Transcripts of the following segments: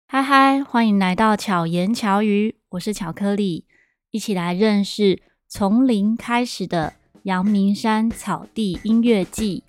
嗨嗨，欢迎来到巧言巧语，我是巧克力，一起来认识从零开始的阳明山草地音乐季。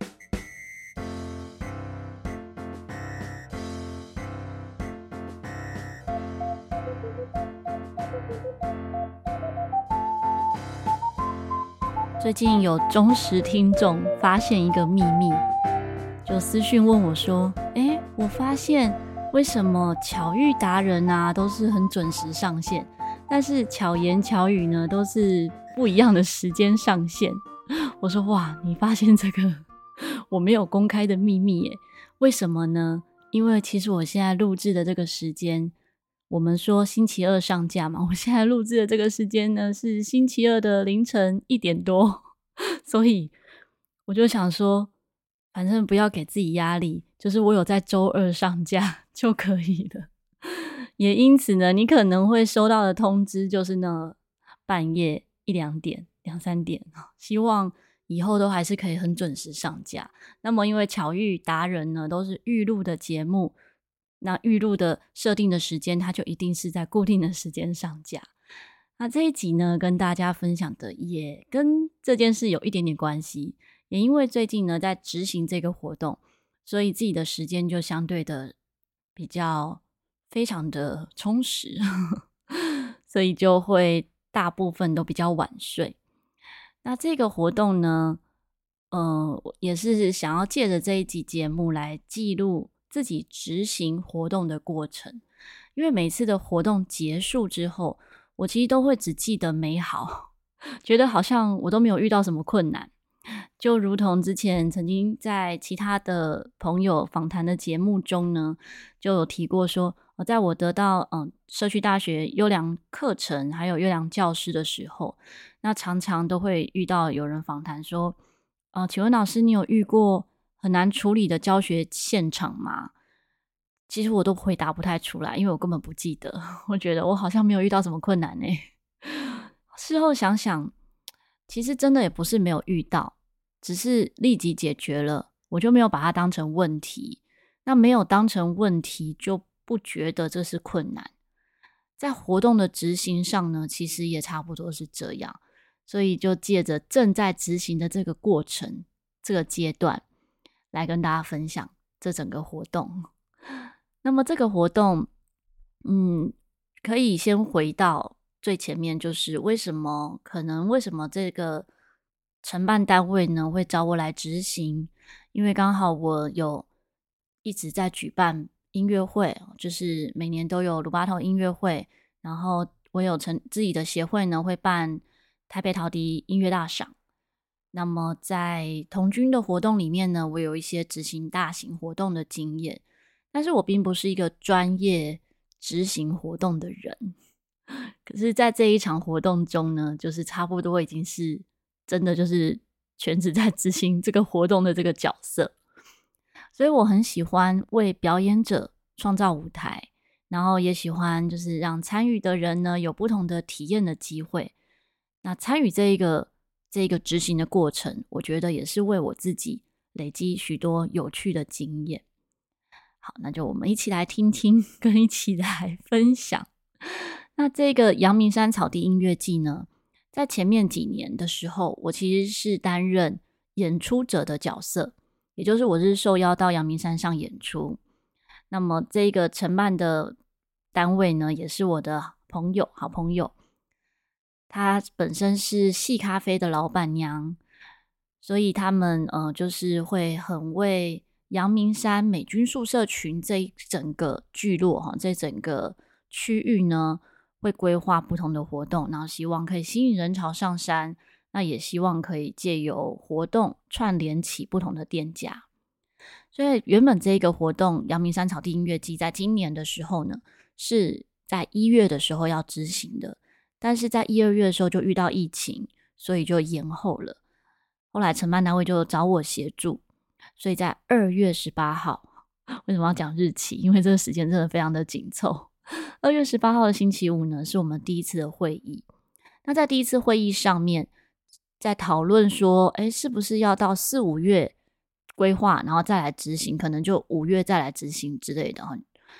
最近有忠实听众发现一个秘密，就私讯问我说：我发现为什么巧遇达人啊都是很准时上线，但是巧言巧语呢都是不一样的时间上线。我说哇，你发现这个我没有公开的秘密耶？为什么呢？因为其实我现在录制的这个时间，我们说星期二上架嘛，我现在录制的这个时间呢是星期二的凌晨1点多，所以我就想说，反正不要给自己压力，就是我有在周二上架就可以了。也因此呢，你可能会收到的通知就是那半夜1-2点、2-3点，希望以后都还是可以很准时上架。那么因为巧遇达人呢都是预录的节目，那预录的设定的时间它就一定是在固定的时间上架。那这一集呢跟大家分享的也跟这件事有一点点关系，也因为最近呢在执行这个活动，所以自己的时间就相对的比较非常的充实所以就会大部分都比较晚睡。那这个活动呢也是想要借着这一集节目来记录自己执行活动的过程，因为每次的活动结束之后，我其实都会只记得美好，觉得好像我都没有遇到什么困难。就如同之前曾经在其他的朋友访谈的节目中呢，就有提过说，在我得到社区大学优良课程还有优良教师的时候，那常常都会遇到有人访谈说，请问老师你有遇过很难处理的教学现场吗？其实我都回答不太出来，因为我根本不记得，我觉得我好像没有遇到什么困难事后想想，其实真的也不是没有遇到，只是立即解决了，我就没有把它当成问题。那没有当成问题，就不觉得这是困难。在活动的执行上呢，其实也差不多是这样。所以就借着正在执行的这个过程，这个阶段，来跟大家分享这整个活动。那么这个活动，可以先回到最前面，就是为什么这个承办单位呢会找我来执行？因为刚好我有一直在举办音乐会，就是每年都有鲁巴头音乐会，然后我有自己的协会呢会办台北陶笛音乐大赏。那么在童军的活动里面呢，我有一些执行大型活动的经验，但是我并不是一个专业执行活动的人。可是在这一场活动中呢，就是差不多已经是真的就是全职在执行这个活动的这个角色。所以我很喜欢为表演者创造舞台，然后也喜欢就是让参与的人呢有不同的体验的机会。那参与这一个执行的过程，我觉得也是为我自己累积许多有趣的经验。好，那就我们一起来听听，跟一起来分享。那这个阳明山草地音乐季呢，在前面几年的时候，我其实是担任演出者的角色，也就是我是受邀到阳明山上演出。那么这个承办的单位呢，也是我的好朋友，她本身是细咖啡的老板娘，所以他们就是会很为阳明山美军宿舍群这一整个聚落这整个区域呢，会规划不同的活动，然后希望可以吸引人潮上山，那也希望可以借由活动串联起不同的店家。所以原本这个活动阳明山草地音乐季在今年的时候呢，是在1月的时候要执行的，但是在1、2月的时候就遇到疫情，所以就延后了。后来承办单位就找我协助，所以在2月18号，为什么要讲日期？因为这个时间真的非常的紧凑。2月18号的星期五呢，是我们第一次的会议。那在第一次会议上面，在讨论说，是不是要到4、5月规划，然后再来执行，可能就5月再来执行之类的。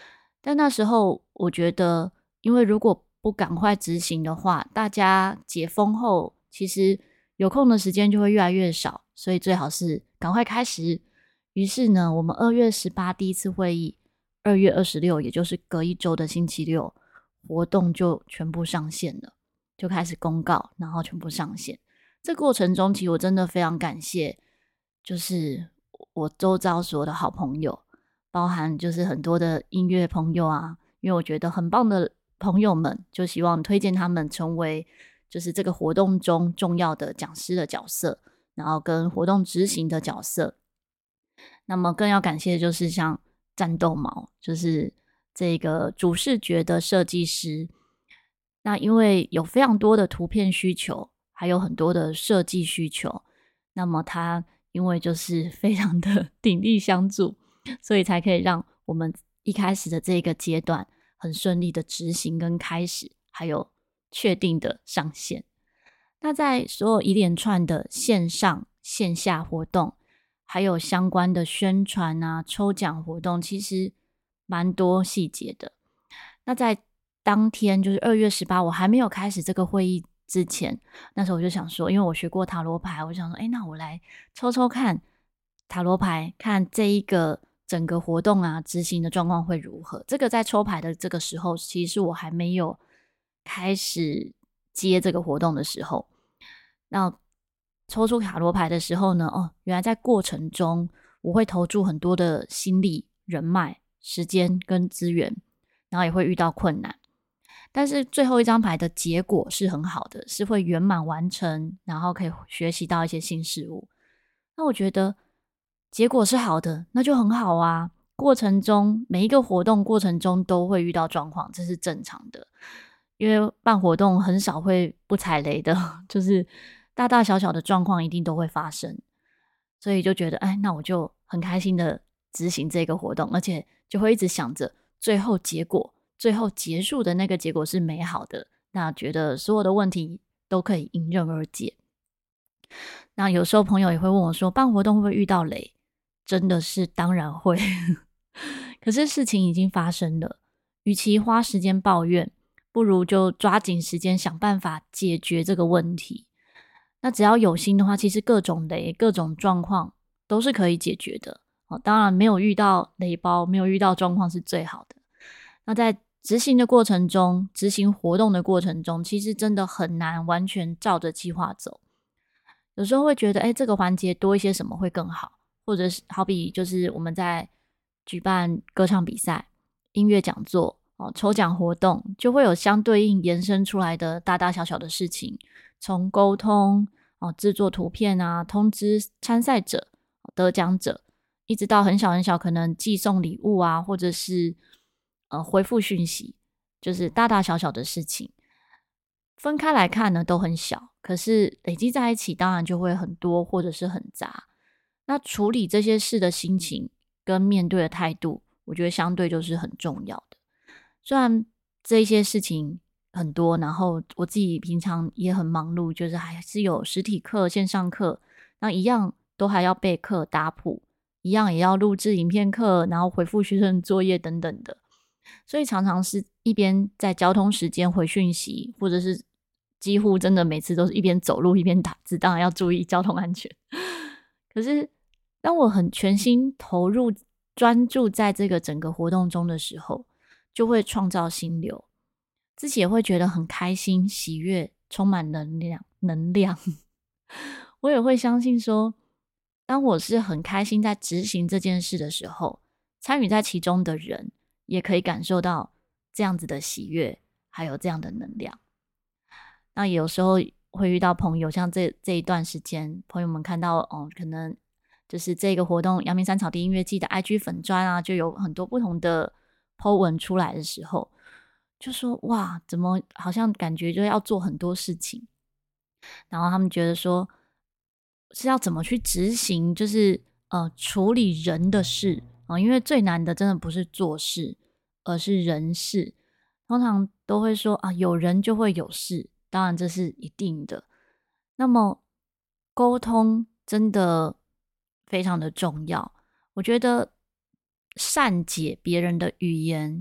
但那时候我觉得，因为如果不赶快执行的话，大家解封后其实有空的时间就会越来越少，所以最好是赶快开始。于是呢，我们2月18第一次会议，2月26也就是隔一周的星期六，活动就全部上线了，就开始公告，然后全部上线。这过程中其实我真的非常感谢，就是我周遭所有的好朋友，包含就是很多的音乐朋友啊，因为我觉得很棒的朋友们，就希望推荐他们成为就是这个活动中重要的讲师的角色，然后跟活动执行的角色。那么更要感谢的就是像战斗毛，就是这个主视觉的设计师。那因为有非常多的图片需求，还有很多的设计需求，那么他因为就是非常的鼎力相助，所以才可以让我们一开始的这个阶段很顺利的执行跟开始，还有确定的上线。那在所有一连串的线上线下活动，还有相关的宣传啊、抽奖活动，其实蛮多细节的。那在当天就是2月18，我还没有开始这个会议之前，那时候我就想说，因为我学过塔罗牌，我就想说，那我来抽抽看塔罗牌，看这一个整个活动啊执行的状况会如何。这个在抽牌的这个时候，其实我还没有开始接这个活动的时候。那抽出塔罗牌的时候呢，原来在过程中我会投注很多的心力、人脉、时间跟资源，然后也会遇到困难。但是最后一张牌的结果是很好的，是会圆满完成，然后可以学习到一些新事物。那我觉得结果是好的，那就很好啊。过程中每一个活动过程中都会遇到状况，这是正常的，因为办活动很少会不踩雷的，就是大大小小的状况一定都会发生，所以就觉得那我就很开心的执行这个活动，而且就会一直想着最后结果，最后结束的那个结果是美好的，那觉得所有的问题都可以迎刃而解。那有时候朋友也会问我说，办活动会不会遇到雷？真的是当然会可是事情已经发生了，与其花时间抱怨，不如就抓紧时间想办法解决这个问题。那只要有心的话，其实各种雷、各种状况都是可以解决的。当然没有遇到雷包，没有遇到状况是最好的。那在执行的过程中，执行活动的过程中，其实真的很难完全照着计划走。有时候会觉得，这个环节多一些什么会更好，或者是好比就是我们在举办歌唱比赛、音乐讲座、抽奖活动，就会有相对应延伸出来的大大小小的事情，从沟通、制作图片啊、通知参赛者、得奖者，一直到很小很小，可能寄送礼物啊，或者是回复讯息，就是大大小小的事情。分开来看呢，都很小，可是累积在一起，当然就会很多或者是很杂。那处理这些事的心情跟面对的态度，我觉得相对就是很重要的。虽然这些事情很多，然后我自己平常也很忙碌，就是还是有实体课、线上课，那一样都还要备课打谱，一样也要录制影片课，然后回复学生作业等等的。所以常常是一边在交通时间回讯息，或者是几乎真的每次都是一边走路一边打字，当然要注意交通安全。可是当我很全心投入专注在这个整个活动中的时候，就会创造心流，自己也会觉得很开心、喜悦，充满能量。我也会相信说，当我是很开心在执行这件事的时候，参与在其中的人也可以感受到这样子的喜悦，还有这样的能量。那有时候会遇到朋友，像这一段时间，朋友们看到可能就是这个活动阳明山草地音乐季的 IG 粉专啊，就有很多不同的 po 文出来的时候，就说哇，怎么好像感觉就要做很多事情，然后他们觉得说是要怎么去执行，就是处理人的事因为最难的真的不是做事，而是人事。通常都会说有人就会有事，当然这是一定的。那么沟通真的非常的重要，我觉得善解别人的语言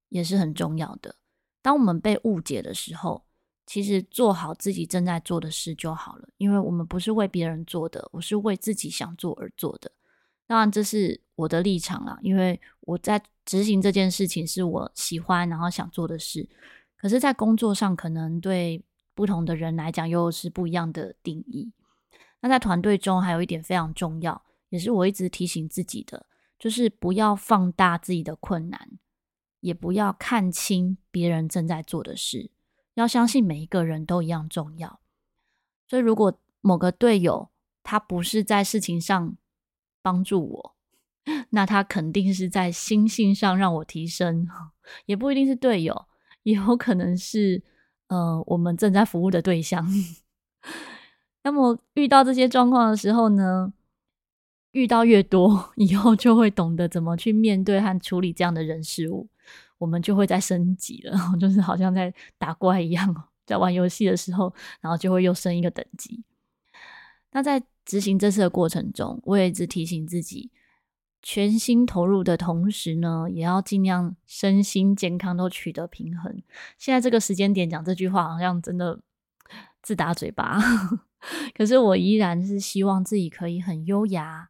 也是很重要的。当我们被误解的时候，其实做好自己正在做的事就好了，因为我们不是为别人做的，我是为自己想做而做的。当然这是我的立场啦，因为我在执行这件事情是我喜欢然后想做的事，可是在工作上可能对不同的人来讲又是不一样的定义。那在团队中还有一点非常重要，也是我一直提醒自己的，就是不要放大自己的困难，也不要看清别人正在做的事，要相信每一个人都一样重要。所以如果某个队友他不是在事情上帮助我，那他肯定是在心性上让我提升，也不一定是队友，也有可能是我们正在服务的对象。那么遇到这些状况的时候呢，遇到越多，以后就会懂得怎么去面对和处理这样的人事物，我们就会再升级了，就是好像在打怪一样，在玩游戏的时候，然后就会又升一个等级。那在执行这次的过程中，我也一直提醒自己，全心投入的同时呢，也要尽量身心健康都取得平衡。现在这个时间点讲这句话，好像真的自打嘴巴。可是我依然是希望自己可以很优雅、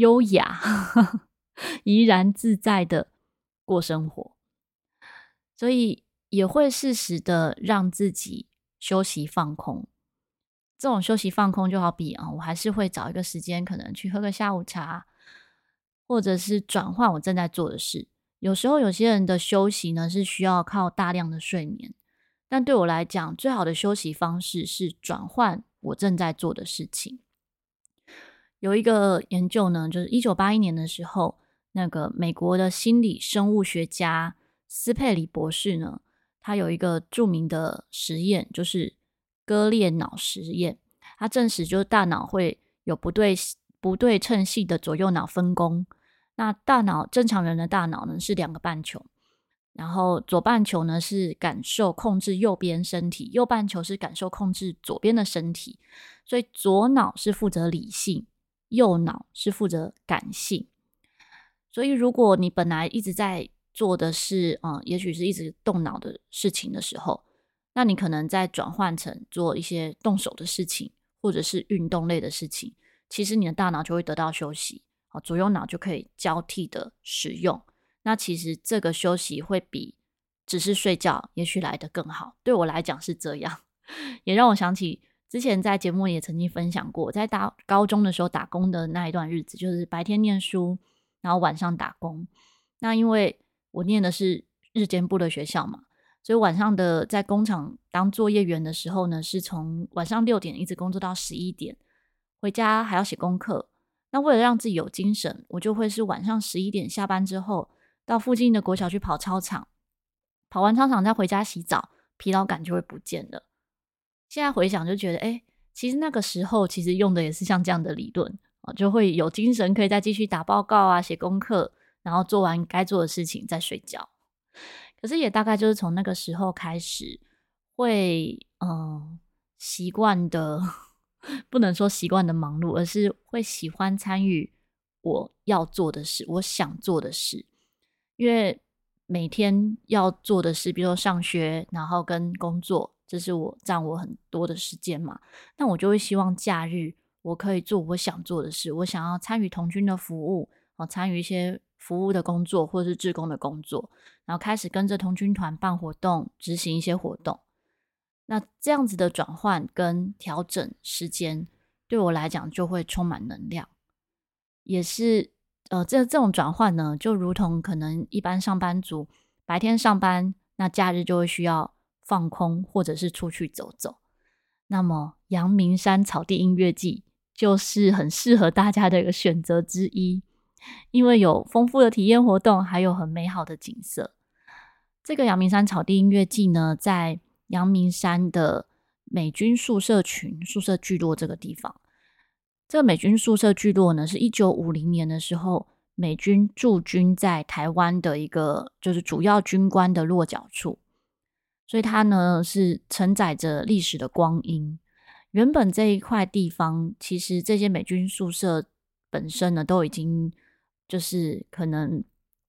怡然自在的过生活，所以也会适时的让自己休息放空。这种休息放空就好比我还是会找一个时间，可能去喝个下午茶，或者是转换我正在做的事。有时候有些人的休息呢是需要靠大量的睡眠，但对我来讲，最好的休息方式是转换我正在做的事情。有一个研究呢，就是1981年的时候，那个美国的心理生物学家斯佩里博士呢，他有一个著名的实验，就是割裂脑实验。他证实就是大脑会有不对称系的左右脑分工。那正常人的大脑呢是2个半球，然后左半球呢是感受控制右边身体，右半球是感受控制左边的身体。所以左脑是负责理性，右脑是负责感性。所以如果你本来一直在做的是也许是一直动脑的事情的时候，那你可能在转换成做一些动手的事情，或者是运动类的事情，其实你的大脑就会得到休息，左右脑就可以交替的使用。那其实这个休息会比只是睡觉也许来得更好，对我来讲是这样。也让我想起之前在节目也曾经分享过，在高中的时候打工的那一段日子，就是白天念书，然后晚上打工。那因为我念的是日间部的学校嘛，所以晚上的在工厂当作业员的时候呢，是从晚上6点一直工作到11点，回家还要写功课。那为了让自己有精神，我就会是晚上11点下班之后，到附近的国小去跑操场，跑完操场再回家洗澡，疲劳感就会不见了。现在回想就觉得其实那个时候其实用的也是像这样的理论，就会有精神可以再继续打报告啊、写功课，然后做完该做的事情再睡觉。可是也大概就是从那个时候开始会习惯的不能说习惯的忙碌，而是会喜欢参与我要做的事，我想做的事。因为每天要做的事，比如说上学，然后跟工作，这是占我很多的时间嘛。那我就会希望假日我可以做我想做的事，我想要参与童军的服务，参与一些服务的工作或者是志工的工作，然后开始跟着童军团办活动，执行一些活动。那这样子的转换跟调整时间，对我来讲就会充满能量。也是这种转换呢，就如同可能一般上班族白天上班，那假日就会需要放空或者是出去走走。那么阳明山草地音乐季就是很适合大家的一个选择之一，因为有丰富的体验活动，还有很美好的景色。这个阳明山草地音乐季呢，在阳明山的美军宿舍群、宿舍聚落这个地方。这个美军宿舍聚落呢，是1950年的时候美军驻军在台湾的一个就是主要军官的落脚处，所以它呢是承载着历史的光阴。原本这一块地方，其实这些美军宿舍本身呢都已经就是可能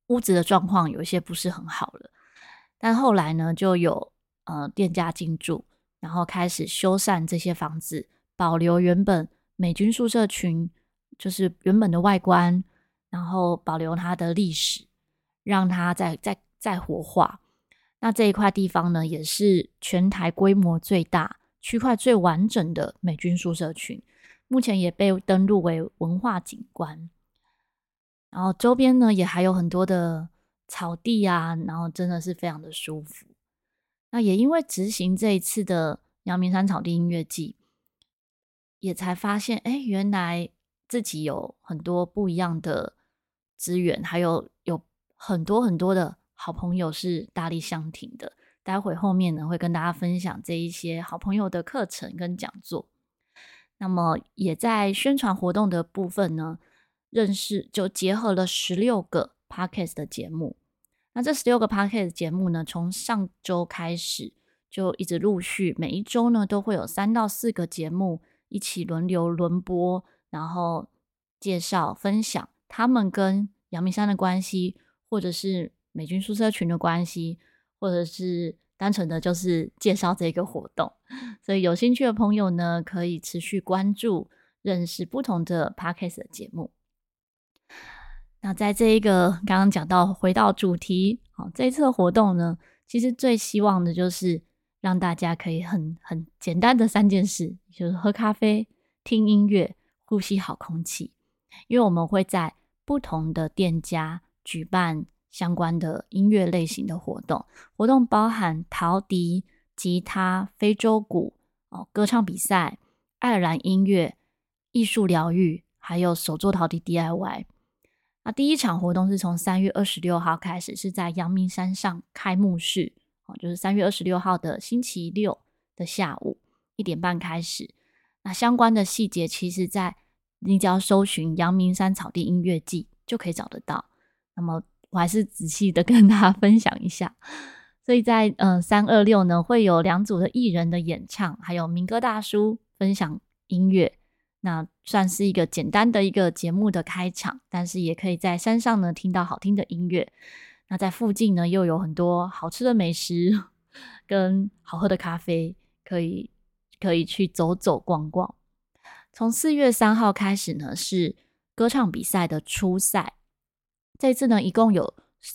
屋子的状况有一些不是很好了，但后来呢就有店家进驻，然后开始修缮这些房子，保留原本美军宿舍群就是原本的外观，然后保留它的历史，让它再活化。那这一块地方呢，也是全台规模最大、区块最完整的美军宿舍群，目前也被登录为文化景观。然后周边呢，也还有很多的草地啊，然后真的是非常的舒服。那也因为执行这一次的阳明山草地音乐季，也才发现，原来自己有很多不一样的资源，还有很多很多的好朋友是大力相挺的。待会后面呢，会跟大家分享这一些好朋友的课程跟讲座。那么也在宣传活动的部分呢，就结合了16个 podcast 的节目。那这16个 podcast 节目呢，从上周开始就一直陆续，每一周呢都会有3到4个节目一起轮播，然后介绍分享他们跟阳明山的关系，或者是美军宿舍群的关系，或者是单纯的就是介绍这个活动。所以有兴趣的朋友呢，可以持续关注，认识不同的 podcast 的节目。那在这一个刚刚讲到回到主题，这一次的活动呢，其实最希望的就是让大家可以很简单的3件事，就是喝咖啡、听音乐、呼吸好空气。因为我们会在不同的店家举办相关的音乐类型的活动，活动包含陶笛、吉他、非洲鼓、歌唱比赛、爱尔兰音乐、艺术疗愈，还有手作陶笛 DIY。那第一场活动是从3月26号开始，是在阳明山上开幕式，就是3月26号的星期六的下午1点半开始。那相关的细节其实在你只要搜寻阳明山草地音乐季就可以找得到。那么我还是仔细的跟大家分享一下。所以在326呢，会有2组的艺人的演唱，还有民歌大叔分享音乐。那算是一个简单的一个节目的开场，但是也可以在山上呢听到好听的音乐。那在附近呢又有很多好吃的美食跟好喝的咖啡，可以去走走逛逛。从4月3号开始呢，是歌唱比赛的初赛。这次呢一共有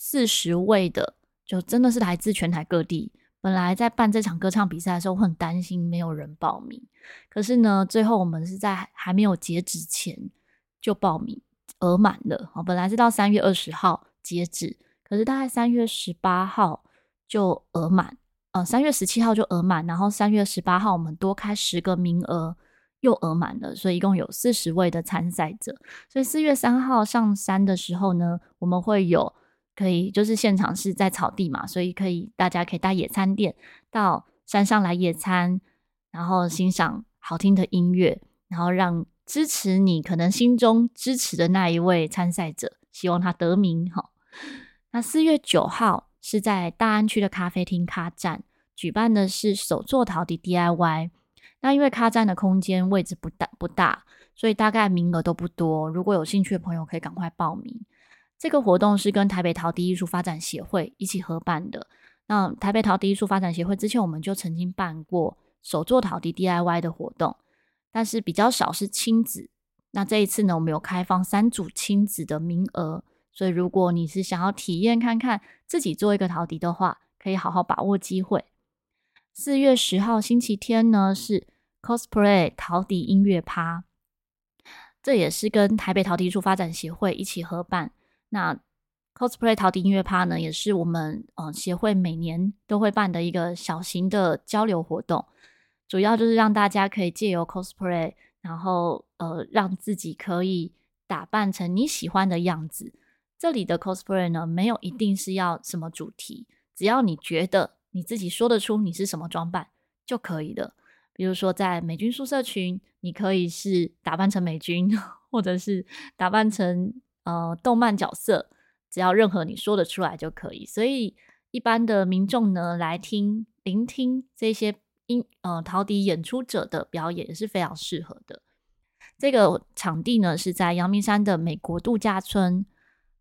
40位的，就真的是来自全台各地。本来在办这场歌唱比赛的时候，我很担心没有人报名，可是呢最后我们是在还没有截止前就报名额满了。本来是到3月20号截止，可是大概3月18号就额满，3月17号就额满，然后3月18号我们多开10个名额又额满了，所以一共有40位的参赛者。所以4月3号上山的时候呢，我们会有可以就是现场是在草地嘛，所以大家可以带野餐垫到山上来野餐，然后欣赏好听的音乐，然后让支持你可能心中支持的那一位参赛者，希望他得名。那4月9号是在大安区的咖啡厅咖站举办的是手作陶笛 DIY。 那因为咖站的空间位置不大，所以大概名额都不多，如果有兴趣的朋友可以赶快报名。这个活动是跟台北陶笛艺术发展协会一起合办的。那台北陶笛艺术发展协会之前我们就曾经办过手作陶笛 DIY 的活动，但是比较少是亲子。那这一次呢，我们有开放3组亲子的名额，所以如果你是想要体验看看自己做一个陶笛的话，可以好好把握机会。4月10号星期天呢，是 cosplay 陶笛音乐趴，这也是跟台北陶笛艺术发展协会一起合办。那 cosplay 陶笛音乐趴呢，也是我们协会每年都会办的一个小型的交流活动，主要就是让大家可以借由 cosplay， 然后让自己可以打扮成你喜欢的样子。这里的 cosplay 呢，没有一定是要什么主题，只要你觉得你自己说得出你是什么装扮就可以了。比如说在美军宿舍群，你可以是打扮成美军，或者是打扮成动漫角色，只要任何你说得出来就可以。所以一般的民众呢，来聆听这些陶笛演出者的表演也是非常适合的。这个场地呢是在阳明山的美国度假村，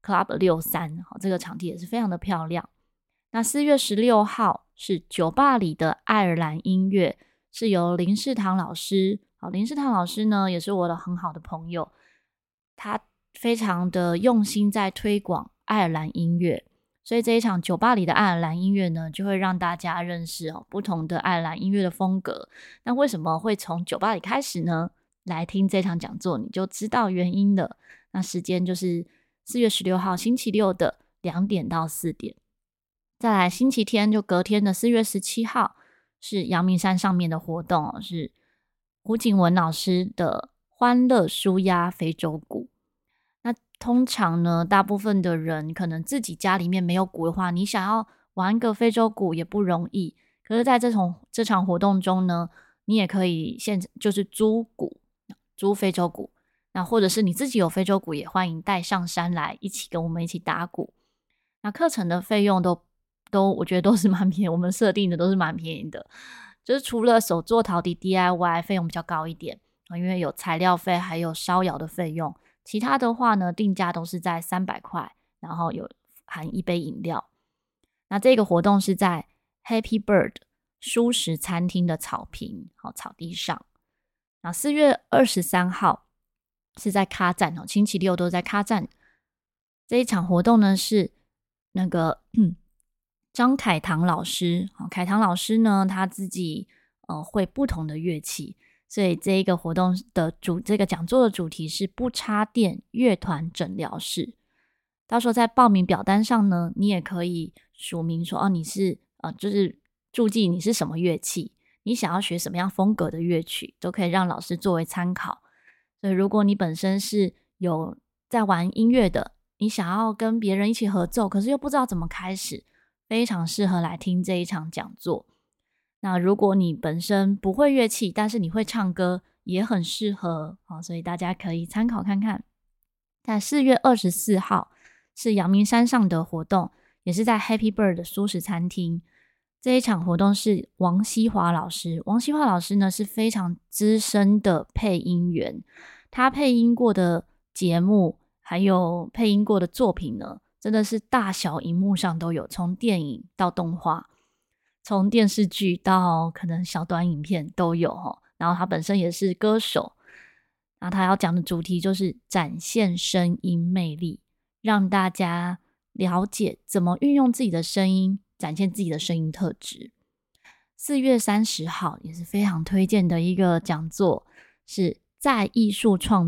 Club 63，这个场地也是非常的漂亮。那4月16号是酒吧里的爱尔兰音乐，是由林世堂老师，林世堂老师呢也是我的很好的朋友，他非常的用心在推广爱尔兰音乐，所以这一场酒吧里的爱尔兰音乐呢，就会让大家认识不同的爱尔兰音乐的风格。那为什么会从酒吧里开始呢？来听这场讲座你就知道原因了。那时间就是4月16号星期六的2点到4点。再来星期天就隔天的4月17号是阳明山上面的活动，是胡景文老师的欢乐舒压非洲鼓。那通常呢，大部分的人可能自己家里面没有鼓的话，你想要玩个非洲鼓也不容易。可是在这场活动中呢，你也可以就是租鼓，租非洲鼓。那或者是你自己有非洲鼓，也欢迎带上山来一起跟我们一起打鼓。那课程的费用都我觉得都是蛮便宜，我们设定的都是蛮便宜的，就是除了手作陶笛 DIY 费用比较高一点，因为有材料费还有烧窑的费用，其他的话呢定价都是在300块，然后有含一杯饮料。那这个活动是在 Happy Bird 舒适餐厅的草坪草地上。那4月23号是在咖站，星期六都在咖站。这一场活动呢是那个张凯堂老师，凯堂老师呢他自己会不同的乐器，所以这一个活动的这个讲座的主题是不插电乐团诊疗室。到时候在报名表单上呢，你也可以署名说你是就是注记你是什么乐器，你想要学什么样风格的乐曲，都可以让老师作为参考。所以如果你本身是有在玩音乐的，你想要跟别人一起合奏，可是又不知道怎么开始，非常适合来听这一场讲座。那如果你本身不会乐器，但是你会唱歌，也很适合，所以大家可以参考看看。在4月24号是阳明山上的活动，也是在 Happy Bird 的舒适餐厅。这一场活动是王希华老师，王希华老师呢是非常资深的配音员，他配音过的节目还有配音过的作品呢，真的是大小荧幕上都有，从电影到动画，从电视剧到可能小短影片都有。然后他本身也是歌手，那他要讲的主题就是展现声音魅力，让大家了解怎么运用自己的声音，展现自己的声音特质。4月30号也是非常推荐的一个讲座，是在艺术创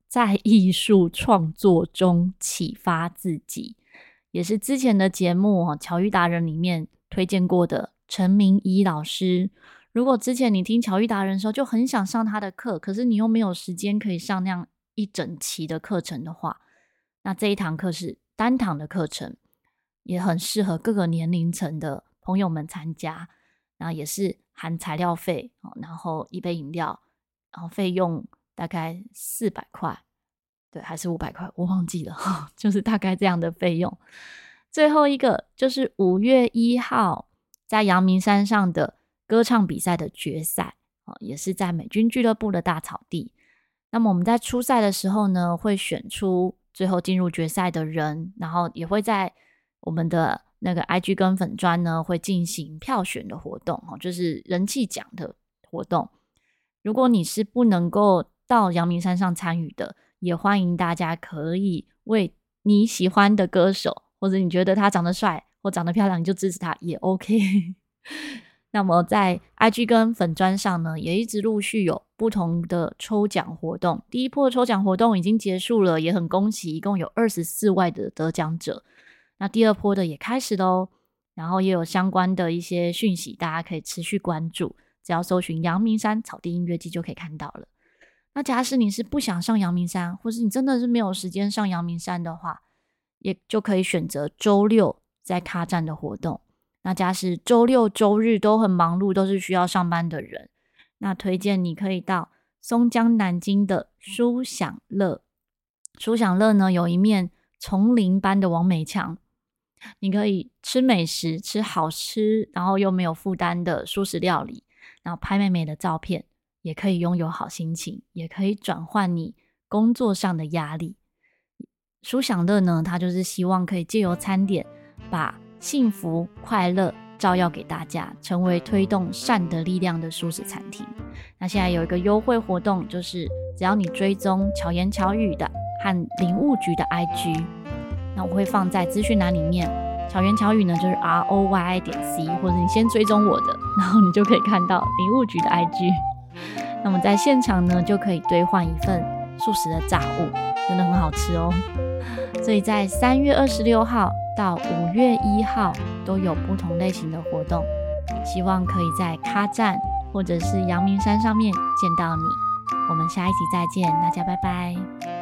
作中启发自己，也是之前的节目巧遇达人里面推荐过的陈明仪老师。如果之前你听巧遇达人的时候就很想上他的课，可是你又没有时间可以上那样一整期的课程的话，那这一堂课是单堂的课程，也很适合各个年龄层的朋友们参加。然后也是含材料费，然后一杯饮料，然后费用大概400块，对，还是500块，我忘记了，就是大概这样的费用。最后一个就是5月1号在阳明山上的歌唱比赛的决赛，也是在美军俱乐部的大草地。那么我们在初赛的时候呢，会选出最后进入决赛的人，然后也会在我们的那个 IG 跟粉专呢会进行票选的活动，就是人气奖的活动。如果你是不能够到阳明山上参与的，也欢迎大家可以为你喜欢的歌手，或者你觉得他长得帅或长得漂亮，你就支持他也 OK 那么在 IG 跟粉专上呢，也一直陆续有不同的抽奖活动。第一波的抽奖活动已经结束了，也很恭喜，一共有24位的得奖者。那第二波的也开始咯，然后也有相关的一些讯息，大家可以持续关注，只要搜寻阳明山草地音乐季就可以看到了。那假使你是不想上阳明山，或是你真的是没有时间上阳明山的话，也就可以选择周六在咖站的活动。那假使周六周日都很忙碌，都是需要上班的人，那推荐你可以到松江南京的舒享乐。舒享乐呢有一面丛林般的网美墙，你可以吃美食，吃好吃然后又没有负担的蔬食料理，然后拍美美的照片，也可以拥有好心情，也可以转换你工作上的压力。 舒享乐呢，它就是希望可以借由餐点把幸福快乐照耀给大家，成为推动善的力量的素食餐厅。那现在有一个优惠活动，就是只要你追踪巧言巧语的和林务局的 IG， 那我会放在资讯栏里面。巧言巧语呢就是 ROYI.C， 或者你先追踪我的，然后你就可以看到林务局的 IG。 那么在现场呢就可以兑换一份素食的炸物，真的很好吃哦。所以在3月26号到5月1号都有不同类型的活动，希望可以在咖站或者是阳明山上面见到你。我们下一集再见，大家拜拜。